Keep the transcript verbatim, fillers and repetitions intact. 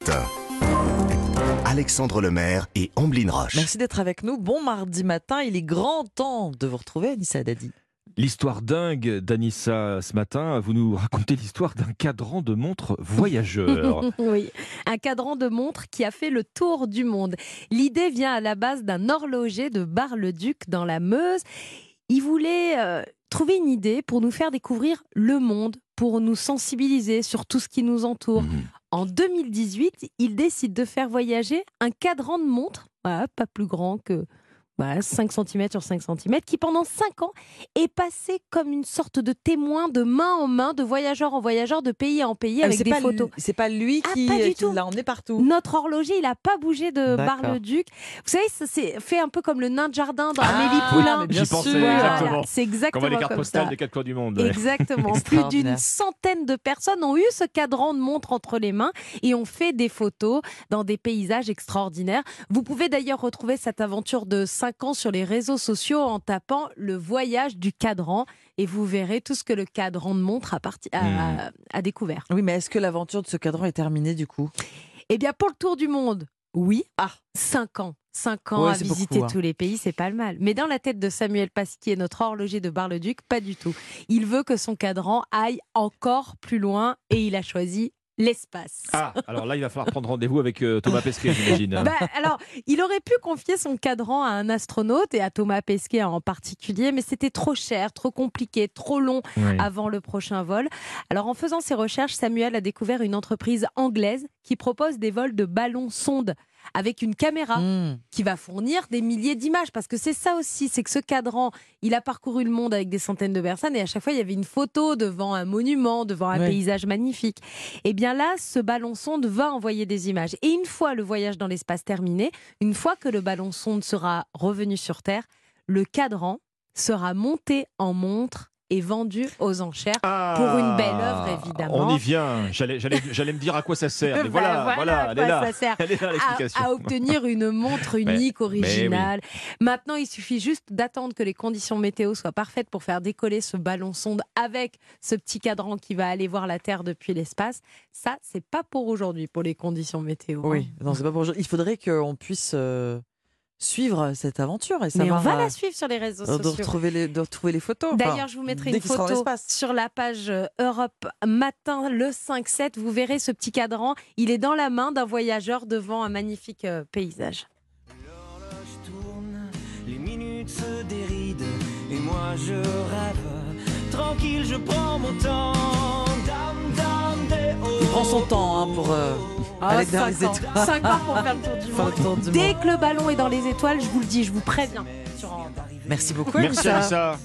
Alexandre Lemaire et Amblin Roche. Merci d'être avec nous. Bon mardi matin, il est grand temps de vous retrouver, Anissa Haddadi. L'histoire dingue d'Anissa ce matin, vous nous racontez l'histoire d'un cadran de montre voyageur. Oui, un cadran de montre qui a fait le tour du monde. L'idée vient à la base d'un horloger de Bar-le-Duc dans la Meuse. Il voulait euh, trouver une idée pour nous faire découvrir le monde, pour nous sensibiliser sur tout ce qui nous entoure. Mmh. En deux mille dix-huit, il décide de faire voyager un cadran de montre, voilà, pas plus grand que voilà, cinq centimètres sur cinq centimètres, qui pendant cinq ans est passé comme une sorte de témoin de main en main, de voyageur en voyageur, de pays en pays, ah, avec des photos. Lui, c'est pas lui qui, ah, pas qui l'a emmené partout. Notre horloger, il n'a pas bougé de Bar-le-Duc. Vous savez, ça s'est fait un peu comme le nain de jardin dans ah, Amélie Poulain. J'y pensais, voilà, exactement. C'est exactement comme les cartes comme postales ça. des quatre coins du monde. Ouais. Exactement. Plus d'une centaine de personnes ont eu ce cadran de montre entre les mains et ont fait des photos dans des paysages extraordinaires. Vous pouvez d'ailleurs retrouver cette aventure de cinq ans sur les réseaux sociaux en tapant le voyage du cadran et vous verrez tout ce que le cadran de montre a, parti, a, mmh. a, a découvert. Oui, mais est-ce que l'aventure de ce cadran est terminée du coup ? Eh bien, pour le tour du monde, oui. Ah, cinq ans. Cinq ans ouais, à visiter beaucoup, hein. tous les pays, c'est pas le mal. Mais dans la tête de Samuel Pasquier, notre horloger de Bar-le-Duc, pas du tout. Il veut que son cadran aille encore plus loin et il a choisi l'espace. Ah, alors là, il va falloir prendre rendez-vous avec euh, Thomas Pesquet, j'imagine. Bah, alors, il aurait pu confier son cadran à un astronaute et à Thomas Pesquet en particulier, mais c'était trop cher, trop compliqué, trop long oui. avant le prochain vol. Alors, en faisant ses recherches, Samuel a découvert une entreprise anglaise qui propose des vols de ballons-sondes avec une caméra mmh. qui va fournir des milliers d'images. Parce que c'est ça aussi, c'est que ce cadran, il a parcouru le monde avec des centaines de personnes et à chaque fois, il y avait une photo devant un monument, devant un oui. paysage magnifique. Et bien là, ce ballon-sonde va envoyer des images. Et une fois le voyage dans l'espace terminé, une fois que le ballon-sonde sera revenu sur Terre, le cadran sera monté en montre et vendu aux enchères ah, pour une belle œuvre, évidemment. On y vient. J'allais, j'allais, j'allais me dire à quoi ça sert. Mais voilà, bah, voilà, voilà elle est là. Ça sert elle est là, l'explication. À, à obtenir une montre unique, mais, originale. Mais oui. Maintenant, il suffit juste d'attendre que les conditions météo soient parfaites pour faire décoller ce ballon-sonde avec ce petit cadran qui va aller voir la Terre depuis l'espace. Ça, c'est pas pour aujourd'hui, pour les conditions météo. Oui, hein. Non, c'est pas pour aujourd'hui. Il faudrait qu'on puisse... Euh... suivre cette aventure et savoir. Mais on va la suivre sur les réseaux de sociaux. Retrouver les, de retrouver les photos. D'ailleurs, enfin, je vous mettrai une photo sur la page Europe Matin le cinq sept. Vous verrez ce petit cadran. Il est dans la main d'un voyageur devant un magnifique euh, paysage. L'horloge tourne, les minutes se dérident et moi je rêve. Tranquille, je prends mon temps. Dame, dame, des hauts. Il prend son temps hein, pour. Euh... Ah, aller dans les étoiles. cinq ans pour faire le tour du monde. Tour du Dès monde. que le ballon est dans les étoiles, je vous le dis, je vous préviens. Merci beaucoup, Merci, Anissa.